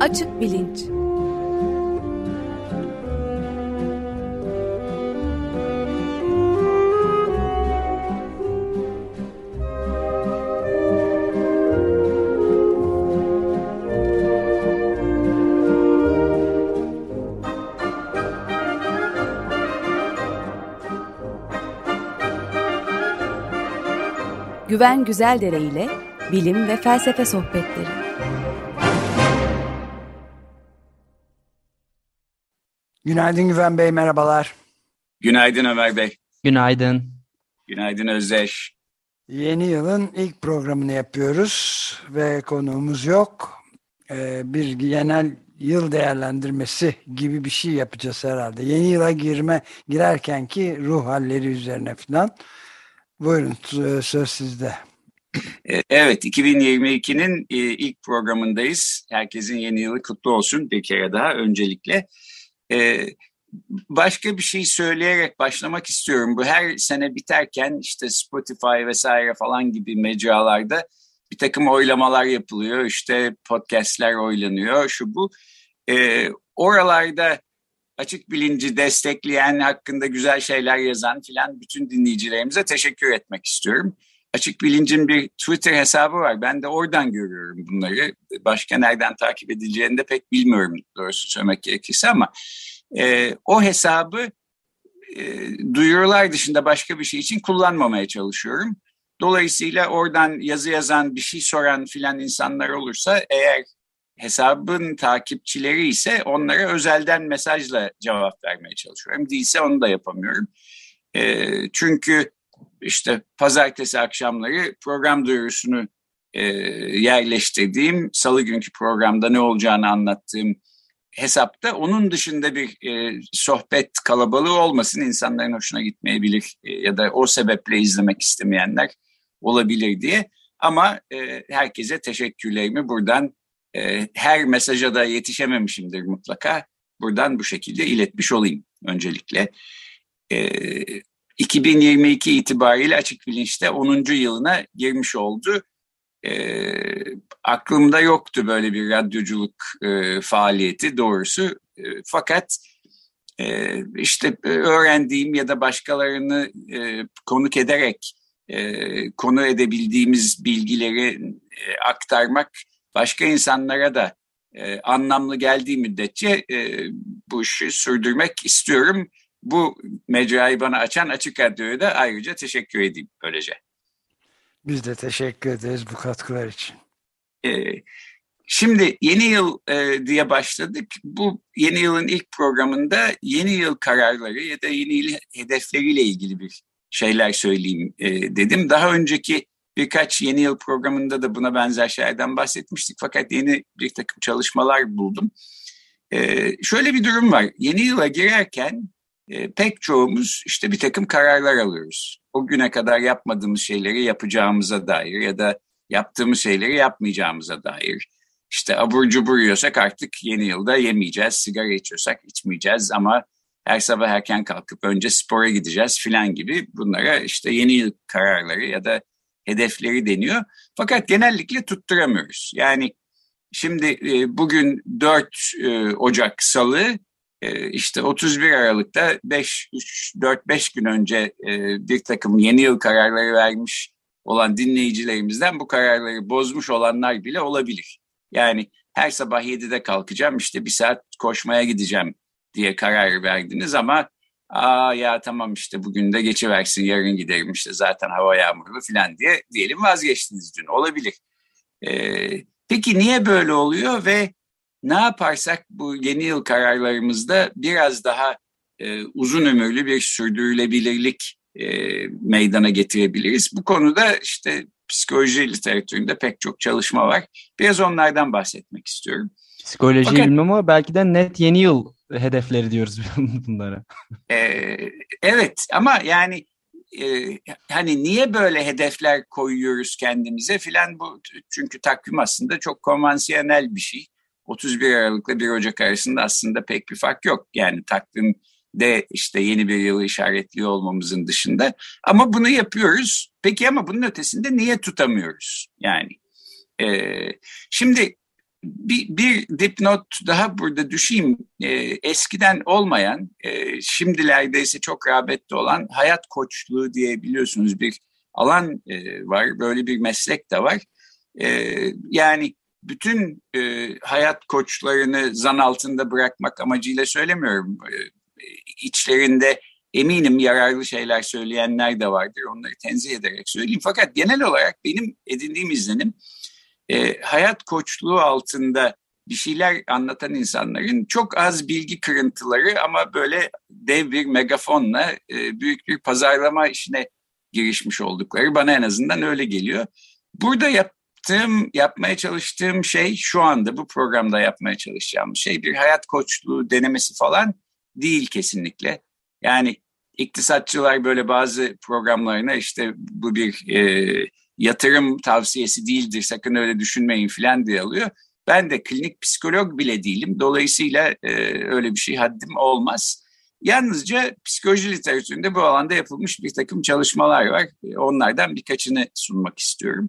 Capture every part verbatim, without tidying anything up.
Açık Bilinç. Güven Güzeldere ile bilim ve felsefe sohbetleri. Günaydın Güven Bey, merhabalar. Günaydın Ömer Bey. Günaydın. Günaydın Özdeş. Yeni yılın ilk programını yapıyoruz ve konuğumuz yok. Ee, bir genel yıl değerlendirmesi gibi bir şey yapacağız herhalde. Yeni yıla girme girerkenki ruh halleri üzerine falan. Buyurun, söz sizde. Evet, iki bin yirmi ikinin ilk programındayız. Herkesin yeni yılı kutlu olsun bir kere daha öncelikle. Başka bir şey söyleyerek başlamak istiyorum. Bu her sene biterken işte Spotify vesaire falan gibi mecralarda bir takım oylamalar yapılıyor. İşte podcastler oylanıyor, şu bu. Oralarda Açık Bilinci destekleyen, hakkında güzel şeyler yazan filan bütün dinleyicilerimize teşekkür etmek istiyorum. Açık Bilinc'in bir Twitter hesabı var. Ben de oradan görüyorum bunları. Başka nereden takip edileceğini de pek bilmiyorum doğrusu söylemek gerekirse ama e, o hesabı e, duyurular dışında başka bir şey için kullanmamaya çalışıyorum. Dolayısıyla oradan yazı yazan, bir şey soran filan insanlar olursa, eğer hesabın takipçileri ise onlara özelden mesajla cevap vermeye çalışıyorum. Değilse onu da yapamıyorum. E, çünkü işte pazartesi akşamları program duyurusunu e, yerleştirdiğim, salı günkü programda ne olacağını anlattığım hesapta onun dışında bir e, sohbet kalabalığı olmasın, insanların hoşuna gitmeyebilir e, ya da o sebeple izlemek istemeyenler olabilir diye. Ama e, herkese teşekkürlerimi buradan, e, her mesaja da yetişememişimdir mutlaka, buradan bu şekilde iletmiş olayım öncelikle. E, iki bin yirmi iki itibariyle Açık Bilinç'te onuncu yılına girmiş oldu. E, aklımda yoktu böyle bir radyoculuk e, faaliyeti doğrusu. E, fakat e, işte öğrendiğim ya da başkalarını e, konuk ederek e, konu edebildiğimiz bilgileri e, aktarmak başka insanlara da e, anlamlı geldiği müddetçe e, bu işi sürdürmek istiyorum. Bu mecrayı bana açan Açık Radyo'ya da ayrıca teşekkür edeyim böylece. Biz de teşekkür ederiz bu katkılar için. Ee, şimdi yeni yıl e, diye başladık. Bu yeni yılın ilk programında yeni yıl kararları ya da yeni yıl hedefleriyle ilgili bir şeyler söyleyeyim e, dedim. Daha önceki birkaç yeni yıl programında da buna benzer şeylerden bahsetmiştik. Fakat yeni bir takım çalışmalar buldum. E, şöyle bir durum var. Yeni yıla girerken E, pek çoğumuz işte bir takım kararlar alıyoruz. O güne kadar yapmadığımız şeyleri yapacağımıza dair ya da yaptığımız şeyleri yapmayacağımıza dair. İşte abur cubur yiyorsak artık yeni yılda yemeyeceğiz. Sigara içiyorsak içmeyeceğiz ama her sabah erken kalkıp önce spora gideceğiz filan gibi, bunlara işte yeni yıl kararları ya da hedefleri deniyor. Fakat genellikle tutturamıyoruz. Yani şimdi e, bugün dört Ocak Salı. İşte otuz bir Aralık'ta beş dört beş gün önce bir takım yeni yıl kararları vermiş olan dinleyicilerimizden bu kararları bozmuş olanlar bile olabilir. Yani her sabah yedide kalkacağım, işte bir saat koşmaya gideceğim diye karar verdiniz ama aa ya tamam işte bugün de geçiversin, yarın giderim işte zaten hava yağmurlu falan diye diyelim vazgeçtiniz dün, olabilir. Ee, peki niye böyle oluyor ve ne yaparsak bu yeni yıl kararlarımızda biraz daha e, uzun ömürlü bir sürdürülebilirlik e, meydana getirebiliriz? Bu konuda işte psikoloji literatüründe pek çok çalışma var. Biraz onlardan bahsetmek istiyorum. Psikolojiyi Fakat, bilmem ama belki de net yeni yıl hedefleri diyoruz bunlara. E, evet ama yani e, hani niye böyle hedefler koyuyoruz kendimize filan, bu çünkü takvim aslında çok konvansiyonel bir şey. otuz bir Aralık'la bir Ocak arasında aslında pek bir fark yok. Yani takvimde işte yeni bir yılı işaretliyor olmamızın dışında. Ama bunu yapıyoruz. Peki ama bunun ötesinde niye tutamıyoruz? Yani e, şimdi bir, bir dipnot daha burada düşeyim. E, eskiden olmayan, e, şimdilerde ise çok rağbette olan hayat koçluğu diye biliyorsunuz bir alan e, var. Böyle bir meslek de var. E, yani bütün e, hayat koçlarını zan altında bırakmak amacıyla söylemiyorum. E, içlerinde eminim yararlı şeyler söyleyenler de vardır. Onları tenzih ederek söyleyeyim. Fakat genel olarak benim edindiğim izlenim e, hayat koçluğu altında bir şeyler anlatan insanların çok az bilgi kırıntıları ama böyle dev bir megafonla e, büyük bir pazarlama işine girişmiş oldukları bana en azından öyle geliyor. Burada yaptığım, yapmaya çalıştığım şey şu anda bu programda yapmaya çalışacağım şey bir hayat koçluğu denemesi falan değil kesinlikle. Yani iktisatçılar böyle bazı programlarına işte bu bir e, yatırım tavsiyesi değildir sakın öyle düşünmeyin falan diye alıyor. Ben de klinik psikolog bile değilim. Dolayısıyla e, öyle bir şey haddim olmaz. Yalnızca psikoloji literatüründe bu alanda yapılmış bir takım çalışmalar var. Onlardan birkaçını sunmak istiyorum.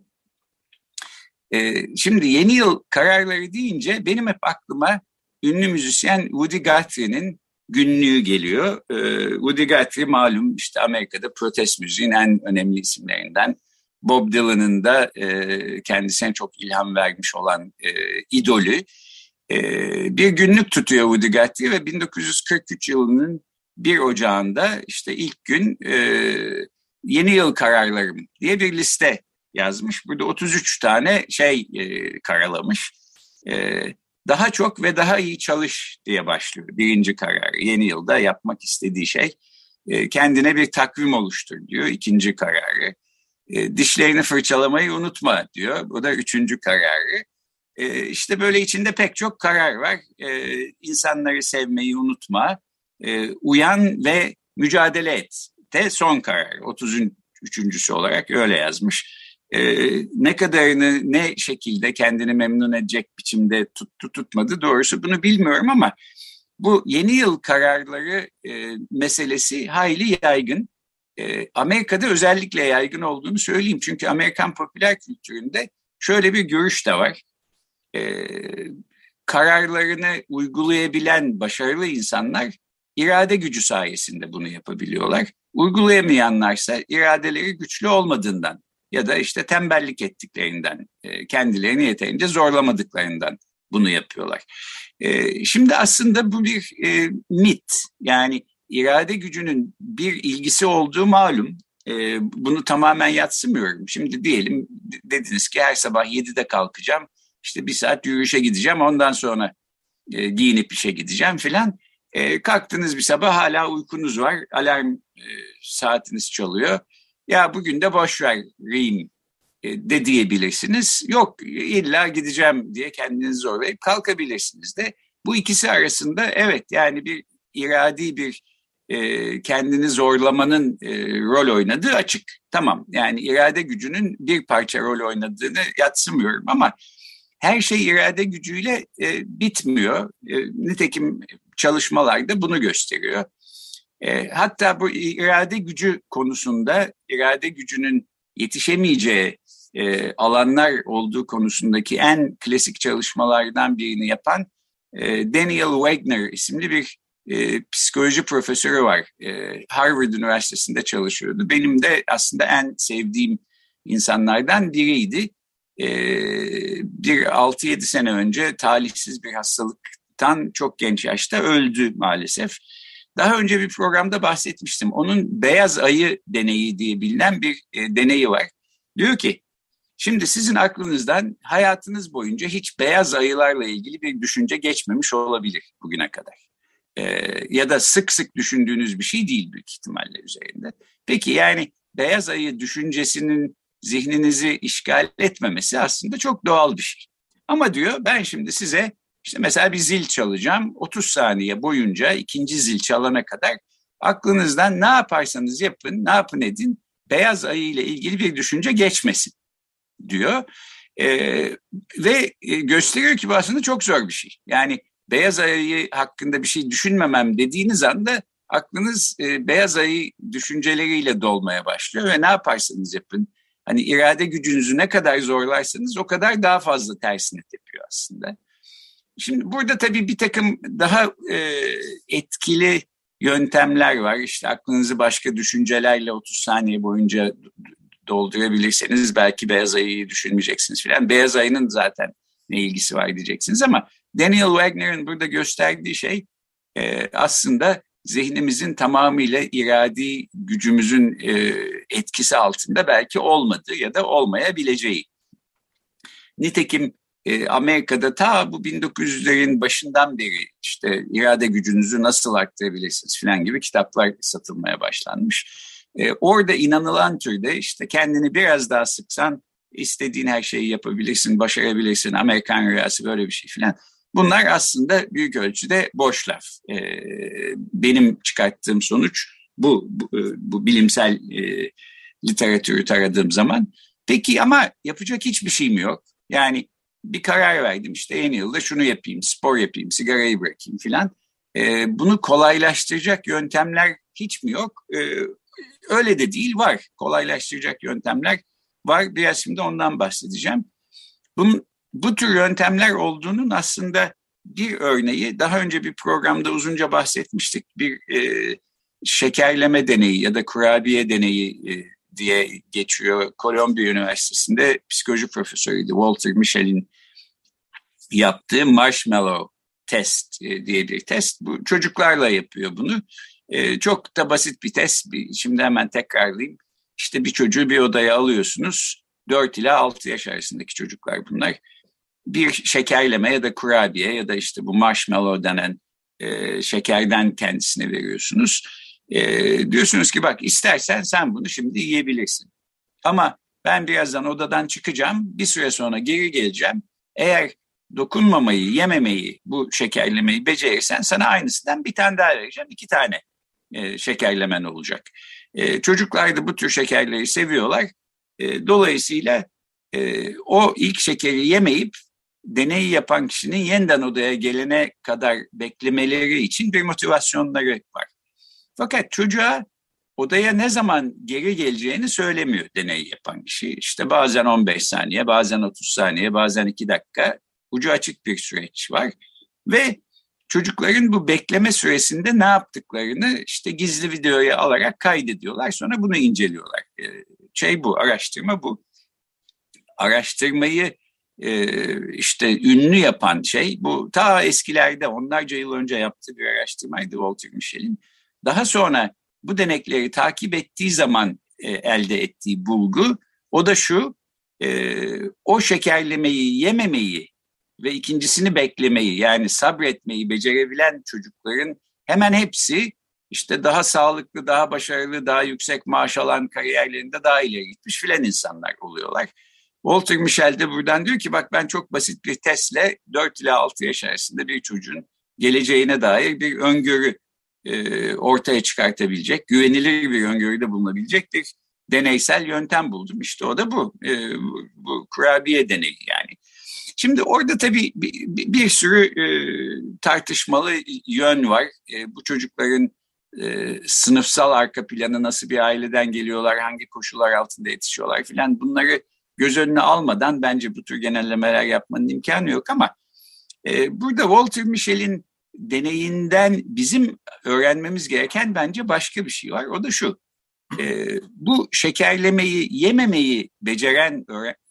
E, şimdi yeni yıl kararları deyince benim hep aklıma ünlü müzisyen Woody Guthrie'nin günlüğü geliyor. E, Woody Guthrie malum işte Amerika'da protest müziğin en önemli isimlerinden. Bob Dylan'ın da e, kendisine çok ilham vermiş olan e, idolü. E, bir günlük tutuyor Woody Guthrie ve bin dokuz yüz kırk üç yılının bir Ocağı'nda işte ilk gün e, yeni yıl kararlarım diye bir liste yazmış. Burada otuz üç tane şey e, karalamış. E, daha çok ve daha iyi çalış diye başlıyor. Birinci kararı yeni yılda yapmak istediği şey. E, kendine bir takvim oluştur diyor ikinci kararı. E, dişlerini fırçalamayı unutma diyor. Bu da üçüncü kararı. E, işte böyle içinde pek çok karar var. E, insanları sevmeyi unutma. E, uyan ve mücadele et de son karar. otuz üçüncüsü olarak öyle yazmış. E, ne kadarını ne şekilde kendini memnun edecek biçimde tuttu tutmadı doğrusu bunu bilmiyorum ama bu yeni yıl kararları e, meselesi hayli yaygın. E, Amerika'da özellikle yaygın olduğunu söyleyeyim. Çünkü Amerikan popüler kültüründe şöyle bir görüş de var. E, kararlarını uygulayabilen başarılı insanlar irade gücü sayesinde bunu yapabiliyorlar. Uygulayamayanlarsa iradeleri güçlü olmadığından ya da işte tembellik ettiklerinden, e, kendilerini yeterince zorlamadıklarından bunu yapıyorlar. E, şimdi aslında bu bir e, mit. Yani irade gücünün bir ilgisi olduğu malum. E, bunu tamamen yadsımıyorum. Şimdi diyelim dediniz ki her sabah yedide kalkacağım. İşte bir saat yürüyüşe gideceğim. Ondan sonra e, giyinip işe gideceğim filan. E, kalktınız bir sabah hala uykunuz var. Alarm e, saatiniz çalıyor. Ya bugün de boş vereyim e, de diyebilirsiniz. Yok illa gideceğim diye kendinizi zorlayıp kalkabilirsiniz de. Bu ikisi arasında evet yani bir iradi bir e, kendini zorlamanın e, rol oynadığı açık. Tamam yani irade gücünün bir parça rol oynadığını yadsımıyorum ama her şey irade gücüyle e, bitmiyor. E, nitekim çalışmalarda bunu gösteriyor. E, hatta bu irade gücü konusunda irade gücünün yetişemeyeceği e, alanlar olduğu konusundaki en klasik çalışmalardan birini yapan e, Daniel Wagner isimli bir e, psikoloji profesörü var. E, Harvard Üniversitesi'nde çalışıyordu. Benim de aslında en sevdiğim insanlardan biriydi. E, bir altı yedi sene önce talihsiz bir hastalıktan çok genç yaşta öldü maalesef. Daha önce bir programda bahsetmiştim. Onun beyaz ayı deneyi diye bilinen bir e, deneyi var. Diyor ki, şimdi sizin aklınızdan hayatınız boyunca hiç beyaz ayılarla ilgili bir düşünce geçmemiş olabilir bugüne kadar. E, ya da sık sık düşündüğünüz bir şey değil büyük ihtimalle üzerinde. Peki yani beyaz ayı düşüncesinin zihninizi işgal etmemesi aslında çok doğal bir şey. Ama diyor ben şimdi size işte mesela bir zil çalacağım. otuz saniye boyunca ikinci zil çalana kadar aklınızdan ne yaparsanız yapın, ne yapın edin beyaz ayı ile ilgili bir düşünce geçmesin diyor. Ee, ve gösteriyor ki bu aslında çok zor bir şey. Yani beyaz ayı hakkında bir şey düşünmemem dediğiniz anda aklınız e, beyaz ayı düşünceleriyle dolmaya başlıyor ve ne yaparsanız yapın. Hani irade gücünüzü ne kadar zorlarsanız o kadar daha fazla tersine tepiyor aslında. Şimdi burada tabii bir takım daha e, etkili yöntemler var. İşte aklınızı başka düşüncelerle otuz saniye boyunca doldurabilirseniz belki beyaz ayıyı düşünmeyeceksiniz falan. Beyaz ayının zaten ne ilgisi var diyeceksiniz ama Daniel Wagner'ın burada gösterdiği şey e, aslında zihnimizin tamamıyla iradi gücümüzün e, etkisi altında belki olmadığı ya da olmayabileceği. Nitekim e, Amerika'da ta bu bin dokuz yüzlerin başından beri işte irade gücünüzü nasıl arttırabilirsiniz falan gibi kitaplar satılmaya başlanmış. E, orada inanılan türde işte kendini biraz daha sıksan istediğin her şeyi yapabilirsin, başarabilirsin, Amerikan rüyası böyle bir şey falan. Bunlar aslında büyük ölçüde boş laf. E, benim çıkarttığım sonuç bu, bu, bu bilimsel e, literatürü taradığım zaman. Peki ama yapacak hiçbir şeyim yok. Yani bir karar verdim işte yeni yılda şunu yapayım, spor yapayım, sigarayı bırakayım filan. E, bunu kolaylaştıracak yöntemler hiç mi yok? E, öyle de değil, var. Kolaylaştıracak yöntemler var. Biraz şimdi ondan bahsedeceğim. Bunun, bu tür yöntemler olduğunun aslında bir örneği, daha önce bir programda uzunca bahsetmiştik. Bir e, şekerleme deneyi ya da kurabiye deneyi e, diye geçiyor. Columbia Üniversitesi'nde psikoloji profesörüydü Walter Mischel'in yaptığı marshmallow test diye bir test. Bu çocuklarla yapıyor bunu. Ee, çok da basit bir test. Şimdi hemen tekrarlayayım. İşte bir çocuğu bir odaya alıyorsunuz. dört ila altı yaş arasındaki çocuklar bunlar. Bir şekerleme ya da kurabiye ya da işte bu marshmallow denen e, şekerden kendisine veriyorsunuz. E, diyorsunuz ki bak istersen sen bunu şimdi yiyebilirsin. Ama ben birazdan odadan çıkacağım. Bir süre sonra geri geleceğim. Eğer dokunmamayı, yememeyi, bu şekerlemeyi becerirsen sana aynısından bir tane daha vereceğim. İki tane e, şekerlemen olacak. E, çocuklar da bu tür şekerleri seviyorlar. E, dolayısıyla e, o ilk şekeri yemeyip deneyi yapan kişinin yeniden odaya gelene kadar beklemeleri için bir motivasyonları var. Fakat çocuğa odaya ne zaman geri geleceğini söylemiyor deneyi yapan kişi. İşte bazen on beş saniye, bazen otuz saniye, bazen iki dakika ucu açık bir süreç var. Ve çocukların bu bekleme süresinde ne yaptıklarını işte gizli videoya alarak kaydediyorlar. Sonra bunu inceliyorlar. Şey bu, araştırma bu. Araştırmayı işte ünlü yapan şey bu, ta eskilerde onlarca yıl önce yaptığı bir araştırmaydı Walter Mischel'in. Daha sonra bu denekleri takip ettiği zaman e, elde ettiği bulgu, o da şu, e, o şekerlemeyi yememeyi ve ikincisini beklemeyi, yani sabretmeyi becerebilen çocukların hemen hepsi işte daha sağlıklı, daha başarılı, daha yüksek maaş alan, kariyerlerinde daha ileri gitmiş filan insanlar oluyorlar. Walter Mischel de buradan diyor ki bak ben çok basit bir testle dört ila altı yaş arasında bir çocuğun geleceğine dair bir öngörü e, ortaya çıkartabilecek, güvenilir bir öngörüde bulunabilecek bir deneysel yöntem buldum. İşte o da bu, e, bu, bu kurabiye deneyi yani. Şimdi orada tabii bir, bir sürü e, tartışmalı yön var. E, bu çocukların e, sınıfsal arka planı, nasıl bir aileden geliyorlar, hangi koşullar altında yetişiyorlar filan, bunları göz önüne almadan bence bu tür genellemeler yapmanın imkanı yok ama e, burada Walter Mischel'in deneyinden bizim öğrenmemiz gereken bence başka bir şey var. O da şu, e, bu şekerlemeyi yememeyi beceren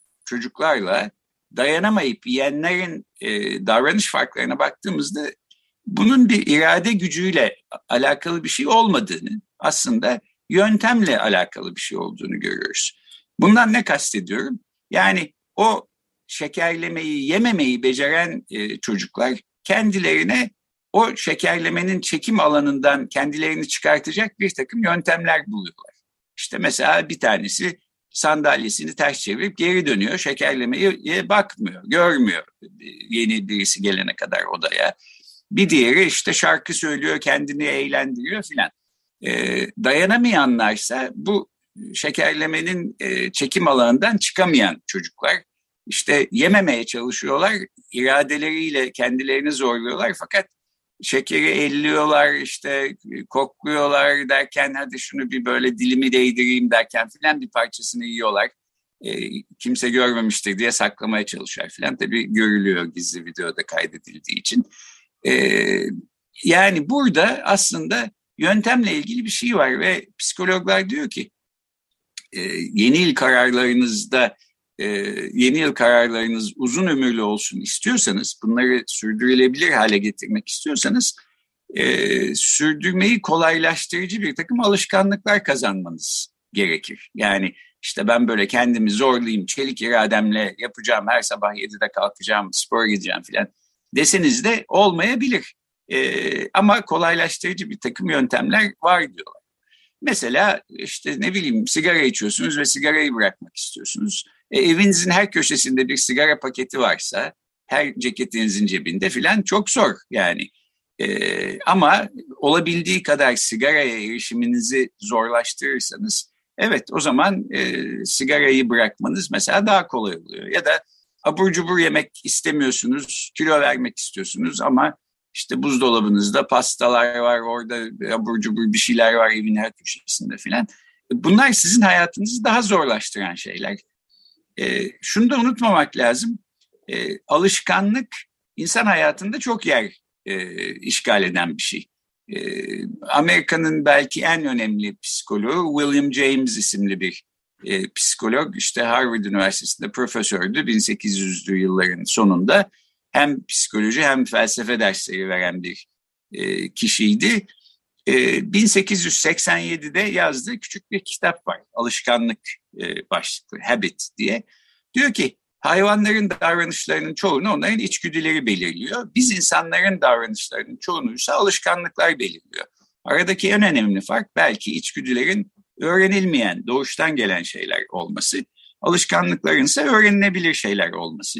çocuklarla dayanamayıp yiyenlerin e, davranış farklarına baktığımızda bunun bir irade gücüyle alakalı bir şey olmadığını, aslında yöntemle alakalı bir şey olduğunu görüyoruz. Bundan ne kastediyorum? Yani o şekerlemeyi yememeyi beceren e, çocuklar kendilerine o şekerlemenin çekim alanından kendilerini çıkartacak bir takım yöntemler buluyorlar. İşte mesela bir tanesi sandalyesini ters çevirip geri dönüyor, şekerlemeye bakmıyor, görmüyor yeni birisi gelene kadar odaya. Bir diğeri işte şarkı söylüyor, kendini eğlendiriyor filan. E, dayanamayanlarsa bu şekerlemenin e, çekim alanından çıkamayan çocuklar. İşte yememeye çalışıyorlar, iradeleriyle kendilerini zorluyorlar fakat şekeri elliyorlar, işte kokluyorlar derken hadi şunu bir böyle dilimi değdireyim derken filan bir parçasını yiyorlar. e, kimse görmemiştir diye saklamaya çalışıyor falan. Tabii görülüyor gizli videoda kaydedildiği için. E, yani burada aslında yöntemle ilgili bir şey var ve psikologlar diyor ki e, yeni yıl kararlarınızda e, yeni yıl kararlarınız uzun ömürlü olsun istiyorsanız, bunları sürdürülebilir hale getirmek istiyorsanız e, sürdürmeyi kolaylaştırıcı bir takım alışkanlıklar kazanmanız gerekir. Yani işte ben böyle kendimi zorlayayım, çelik irademle yapacağım, her sabah yedide kalkacağım, spora gideceğim falan deseniz de olmayabilir. E, ama kolaylaştırıcı bir takım yöntemler var diyorlar. Mesela işte ne bileyim sigara içiyorsunuz ve sigarayı bırakmak istiyorsunuz. E, evinizin her köşesinde bir sigara paketi varsa, her ceketinizin cebinde filan çok zor yani. E, ama olabildiği kadar sigaraya erişiminizi zorlaştırırsanız, evet o zaman e, sigarayı bırakmanız mesela daha kolay oluyor. Ya da abur cubur yemek istemiyorsunuz, kilo vermek istiyorsunuz ama İşte buzdolabınızda pastalar var, orada abur cubur bir şeyler var evin her köşesinde filan. Bunlar sizin hayatınızı daha zorlaştıran şeyler. E, şunu da unutmamak lazım. E, alışkanlık insan hayatında çok yer e, işgal eden bir şey. E, Amerika'nın belki en önemli psikoloğu William James isimli bir e, psikolog. İşte Harvard Üniversitesi'nde profesördü bin sekiz yüzlü yılların sonunda. Hem psikoloji hem felsefe dersleri veren bir e, kişiydi. E, bin sekiz yüz seksen yedide yazdığı küçük bir kitap var. Alışkanlık e, başlıklı, Habit diye. Diyor ki hayvanların davranışlarının çoğunu onların içgüdüleri belirliyor. Biz insanların davranışlarının çoğunu ise alışkanlıklar belirliyor. Aradaki en önemli fark belki içgüdülerin öğrenilmeyen, doğuştan gelen şeyler olması. Alışkanlıkların ise öğrenilebilir şeyler olması.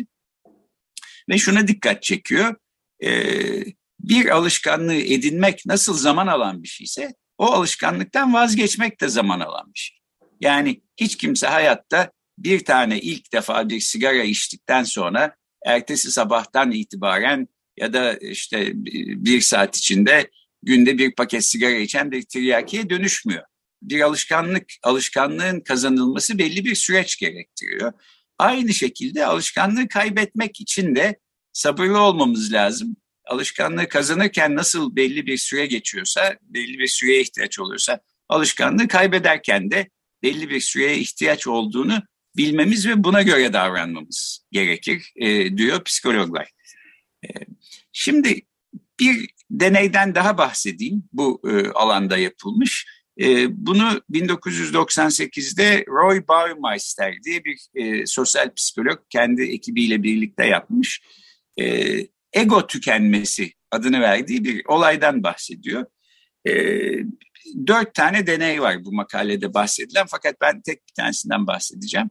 Ve şuna dikkat çekiyor, ee, bir alışkanlığı edinmek nasıl zaman alan bir şeyse, o alışkanlıktan vazgeçmek de zaman alan bir şey. Yani hiç kimse hayatta bir tane ilk defa bir sigara içtikten sonra ertesi sabahtan itibaren ya da işte bir saat içinde günde bir paket sigara içen bir tiryakiye dönüşmüyor. Bir alışkanlık, alışkanlığın kazanılması belli bir süreç gerektiriyor. Aynı şekilde alışkanlığı kaybetmek için de sabırlı olmamız lazım. Alışkanlığı kazanırken nasıl belli bir süre geçiyorsa, belli bir süreye ihtiyaç oluyorsa, alışkanlığı kaybederken de belli bir süreye ihtiyaç olduğunu bilmemiz ve buna göre davranmamız gerekir e, diyor psikologlar. E, şimdi bir deneyden daha bahsedeyim, bu e, alanda yapılmış. E, bunu bin dokuz yüz doksan sekizde Roy Baumeister diye bir e, sosyal psikolog kendi ekibiyle birlikte yapmış. E, ego tükenmesi adını verdiği bir olaydan bahsediyor. E, dört tane deney var bu makalede bahsedilen, fakat ben tek bir tanesinden bahsedeceğim.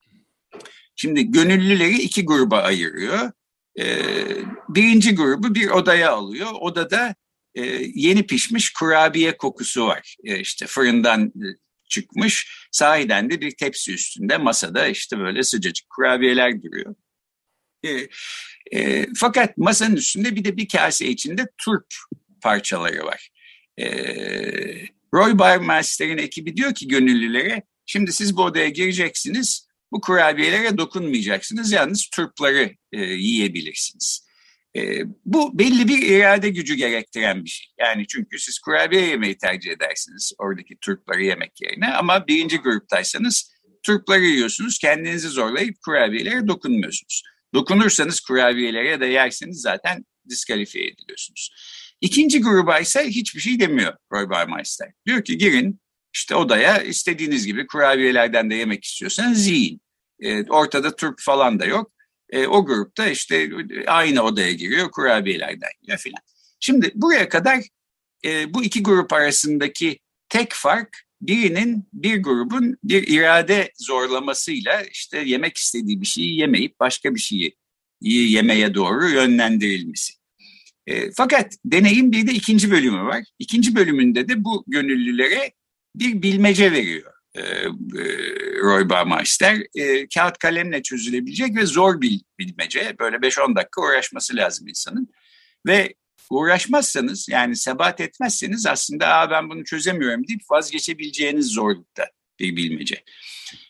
Şimdi gönüllüleri iki gruba ayırıyor. E, birinci grubu bir odaya alıyor. Odada e, yeni pişmiş kurabiye kokusu var. E, işte fırından e, çıkmış. Sahiden de bir tepsi üstünde masada işte böyle sıcacık kurabiyeler duruyor. E, e, fakat masanın üstünde bir de bir kase içinde turp parçaları var. E, Roy Baumeister'in ekibi diyor ki gönüllülere, şimdi siz bu odaya gireceksiniz, bu kurabiyelere dokunmayacaksınız, yalnız turpları e, yiyebilirsiniz. E, bu belli bir irade gücü gerektiren bir şey. Yani çünkü siz kurabiye yemeyi tercih edersiniz oradaki turpları yemek yerine, ama birinci gruptaysanız turpları yiyorsunuz, kendinizi zorlayıp kurabiyelere dokunmuyorsunuz. Dokunursanız kurabiyelere ya da yerseniz zaten diskalifiye ediliyorsunuz. İkinci gruba ise hiçbir şey demiyor Roy Baumeister. Diyor ki girin işte odaya, istediğiniz gibi kurabiyelerden de yemek istiyorsanız yiyin. E, ortada turp falan da yok. E, o grupta işte aynı odaya giriyor, kurabiyelerden yiyor filan. Şimdi buraya kadar e, bu iki grup arasındaki tek fark, birinin, bir grubun bir irade zorlamasıyla işte yemek istediği bir şeyi yemeyip başka bir şeyi yemeye doğru yönlendirilmesi. E, fakat deneyin bir de ikinci bölümü var. İkinci bölümünde de bu gönüllülere bir bilmece veriyor e, e, Roy Baumeister. E, kağıt kalemle çözülebilecek ve zor bir bilmece. Böyle beş on dakika uğraşması lazım insanın. Ve uğraşmazsanız, yani sebat etmezseniz aslında Aa, ben bunu çözemiyorum deyip vazgeçebileceğiniz zorlukta bir bilmece.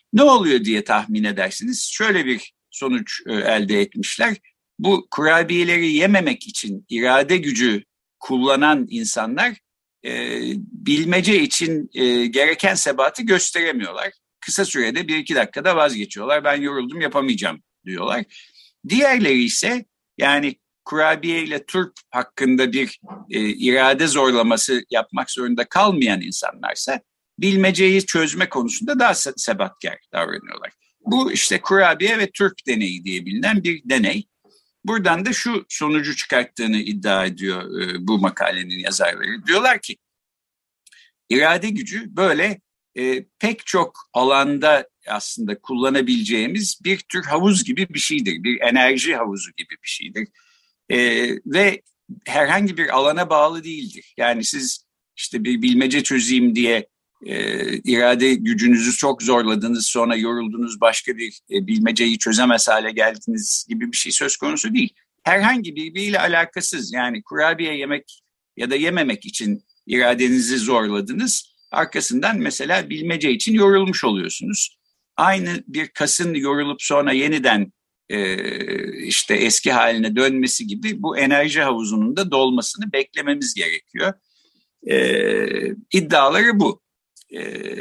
Ne oluyor diye tahmin edersiniz. Şöyle bir sonuç e, elde etmişler. Bu kurabiyeleri yememek için irade gücü kullanan insanlar e, bilmece için e, gereken sebatı gösteremiyorlar. Kısa sürede bir iki dakikada vazgeçiyorlar. Ben yoruldum, yapamayacağım diyorlar. Diğerleri ise yani kurabiye ile turp hakkında bir e, irade zorlaması yapmak zorunda kalmayan insanlarsa bilmeceyi çözme konusunda daha sebatkar davranıyorlar. Bu işte kurabiye ve turp deneyi diye bilinen bir deney. Buradan da şu sonucu çıkarttığını iddia ediyor e, bu makalenin yazarları. Diyorlar ki irade gücü böyle e, pek çok alanda aslında kullanabileceğimiz bir tür havuz gibi bir şeydir. Bir enerji havuzu gibi bir şeydir. E, ve herhangi bir alana bağlı değildir. Yani siz işte bir bilmece çözeyim diye e, irade gücünüzü çok zorladınız, sonra yoruldunuz, başka bir e, bilmeceyi çözemez hale geldiniz gibi bir şey söz konusu değil. Herhangi birbiriyle alakasız, yani kurabiye yemek ya da yememek için iradenizi zorladınız. Arkasından mesela bilmece için yorulmuş oluyorsunuz. Aynı bir kasın yorulup sonra yeniden e, işte eski haline dönmesi gibi bu enerji havuzunun da dolmasını beklememiz gerekiyor. E, iddiaları bu. E,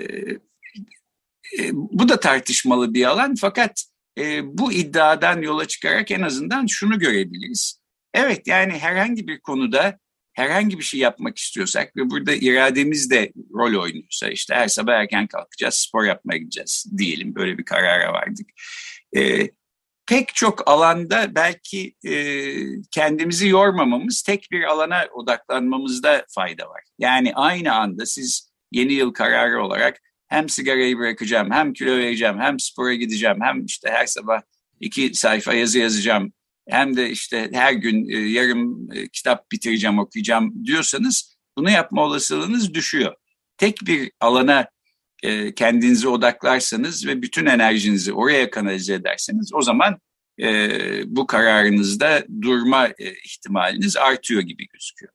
e, bu da tartışmalı bir alan, fakat e, bu iddiadan yola çıkarak en azından şunu görebiliriz. Evet, yani herhangi bir konuda herhangi bir şey yapmak istiyorsak ve burada irademiz de rol oynuyorsa, işte her sabah erken kalkacağız, spor yapmaya gideceğiz diyelim, böyle bir karara vardık. E, pek çok alanda belki e, kendimizi yormamamız, tek bir alana odaklanmamızda fayda var. Yani aynı anda siz yeni yıl kararı olarak hem sigarayı bırakacağım, hem kilo vereceğim, hem spora gideceğim, hem işte her sabah iki sayfa yazı yazacağım, hem de işte her gün e, yarım e, kitap bitireceğim, okuyacağım diyorsanız bunu yapma olasılığınız düşüyor. Tek bir alana e, kendinizi odaklarsanız ve bütün enerjinizi oraya kanalize ederseniz, o zaman e, bu kararınızda durma e, ihtimaliniz artıyor gibi gözüküyor.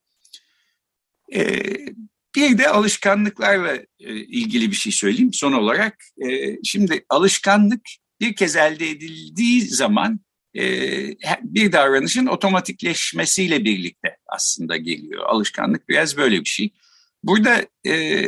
E, bir de alışkanlıklarla e, ilgili bir şey söyleyeyim son olarak. E, şimdi alışkanlık bir kez elde edildiği zaman bir davranışın otomatikleşmesiyle birlikte aslında geliyor. Alışkanlık biraz böyle bir şey. Burada e,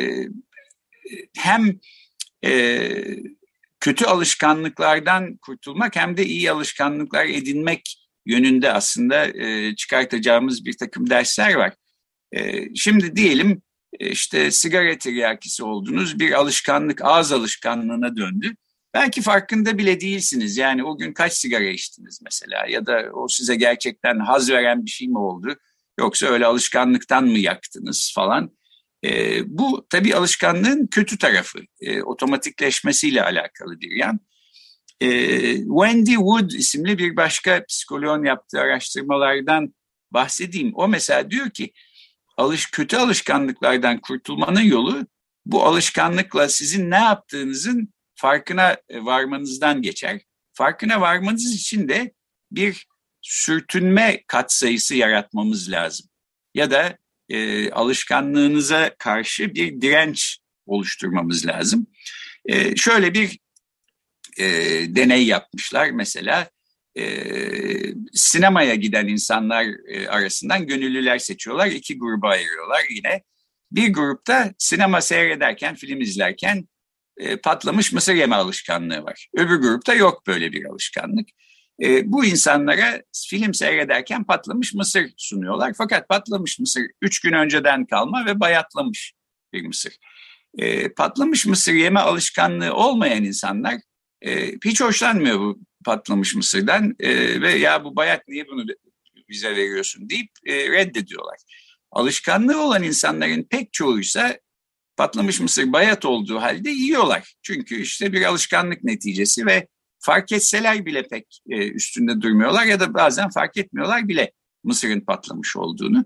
hem e, kötü alışkanlıklardan kurtulmak hem de iyi alışkanlıklar edinmek yönünde aslında e, çıkartacağımız bir takım dersler var. E, şimdi diyelim işte sigara tiryakisi oldunuz, bir alışkanlık ağız alışkanlığına döndü. Belki farkında bile değilsiniz. Yani o gün kaç sigara içtiniz mesela, ya da o size gerçekten haz veren bir şey mi oldu? Yoksa öyle alışkanlıktan mı yaktınız falan. E, bu tabii alışkanlığın kötü tarafı. E, otomatikleşmesiyle alakalı bir yan. E, Wendy Wood isimli bir başka psikoloğun yaptığı araştırmalardan bahsedeyim. O mesela diyor ki alış, kötü alışkanlıklardan kurtulmanın yolu bu alışkanlıkla sizin ne yaptığınızın farkına varmanızdan geçer. Farkına varmanız için de bir sürtünme katsayısı yaratmamız lazım. Ya da e, alışkanlığınıza karşı bir direnç oluşturmamız lazım. E, şöyle bir e, deney yapmışlar mesela. E, sinemaya giden insanlar e, arasından gönüllüler seçiyorlar. İki gruba ayırıyorlar yine. Bir grupta sinema seyrederken, film izlerken E, patlamış mısır yeme alışkanlığı var. Öbür grupta yok böyle bir alışkanlık. E, bu insanlara film seyrederken patlamış mısır sunuyorlar. Fakat patlamış mısır üç gün önceden kalma ve bayatlamış bir mısır. E, patlamış mısır yeme alışkanlığı olmayan insanlar e, hiç hoşlanmıyor bu patlamış mısırdan e, ve ya bu bayat, niye bunu bize veriyorsun deyip e, reddediyorlar. Alışkanlığı olan insanların pek çoğuysa patlamış mısır bayat olduğu halde yiyorlar. Çünkü işte bir alışkanlık neticesi ve fark etseler bile pek e, üstünde durmuyorlar ya da bazen fark etmiyorlar bile mısırın patlamış olduğunu.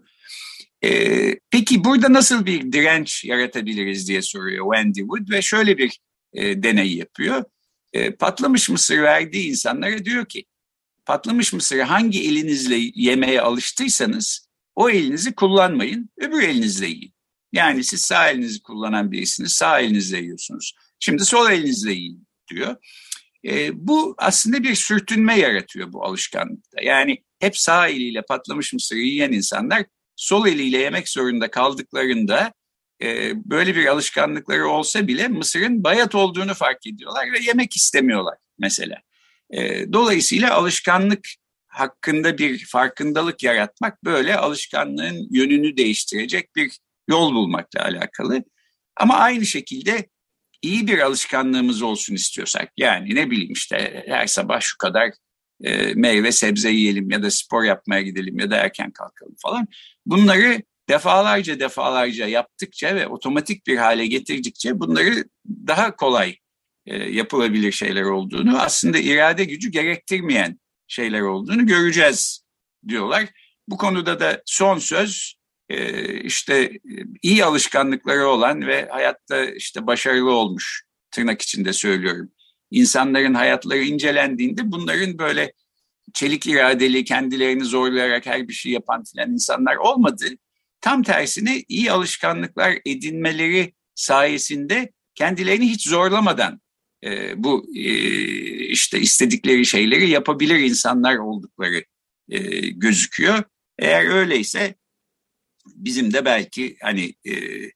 E, peki burada nasıl bir direnç yaratabiliriz diye soruyor Wendy Wood ve şöyle bir e, deney yapıyor. E, patlamış mısır verdiği insanlara diyor ki, patlamış mısırı hangi elinizle yemeye alıştıysanız o elinizi kullanmayın, öbür elinizle yiyin. Yani siz sağ elinizi kullanan birisiniz, sağ elinizle yiyorsunuz. Şimdi sol elinizle yiyin diyor. E, bu aslında bir sürtünme yaratıyor bu alışkanlıkta. Yani hep sağ eliyle patlamış mısırı yiyen insanlar sol eliyle yemek zorunda kaldıklarında e, böyle bir alışkanlıkları olsa bile mısırın bayat olduğunu fark ediyorlar ve yemek istemiyorlar mesela. E, dolayısıyla alışkanlık hakkında bir farkındalık yaratmak böyle alışkanlığın yönünü değiştirecek bir yol bulmakla alakalı. Ama aynı şekilde iyi bir alışkanlığımız olsun istiyorsak, yani ne bileyim işte her sabah şu kadar e, meyve sebze yiyelim ya da spor yapmaya gidelim ya da erken kalkalım falan. Bunları defalarca defalarca yaptıkça ve otomatik bir hale getirdikçe bunları daha kolay e, yapılabilir şeyler olduğunu, aslında irade gücü gerektirmeyen şeyler olduğunu göreceğiz diyorlar. Bu konuda da son söz Ee, işte iyi alışkanlıkları olan ve hayatta işte başarılı olmuş, tırnak içinde söylüyorum, İnsanların hayatları incelendiğinde bunların böyle çelik iradeli, kendilerini zorlayarak her bir şey yapan filan insanlar olmadığı, tam tersine iyi alışkanlıklar edinmeleri sayesinde kendilerini hiç zorlamadan e, bu e, işte istedikleri şeyleri yapabilir insanlar oldukları e, gözüküyor. Eğer öyleyse bizim de belki hani e,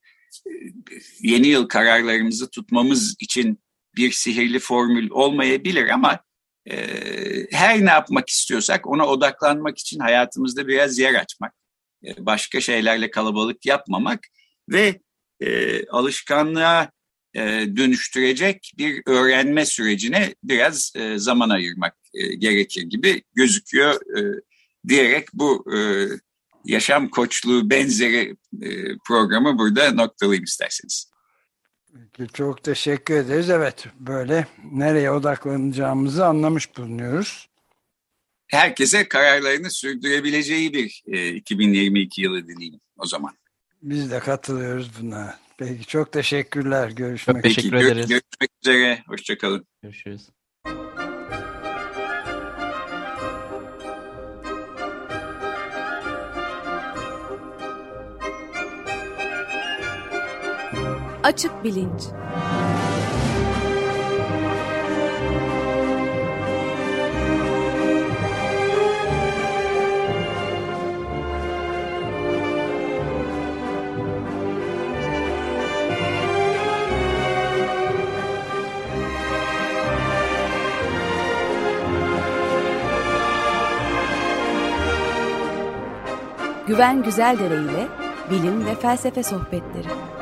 yeni yıl kararlarımızı tutmamız için bir sihirli formül olmayabilir ama e, her ne yapmak istiyorsak ona odaklanmak için hayatımızda biraz yer açmak, e, başka şeylerle kalabalık yapmamak ve e, alışkanlığa e, dönüştürecek bir öğrenme sürecine biraz e, zaman ayırmak e, gerekir gibi gözüküyor e, diyerek bu e, yaşam koçluğu benzeri e, programı burada noktalayayım isterseniz. Peki, çok teşekkür ederiz. Evet, böyle nereye odaklanacağımızı anlamış bulunuyoruz. Herkese kararlarını sürdürebileceği bir e, iki bin yirmi iki yılı dileyim o zaman. Biz de katılıyoruz buna. Peki, çok teşekkürler. Görüşmek Çok teşekkür Peki, ederiz. Görüşmek üzere. Hoşçakalın. Görüşürüz. Açık Bilinç. Güven Güzeldere ile bilim ve felsefe sohbetleri.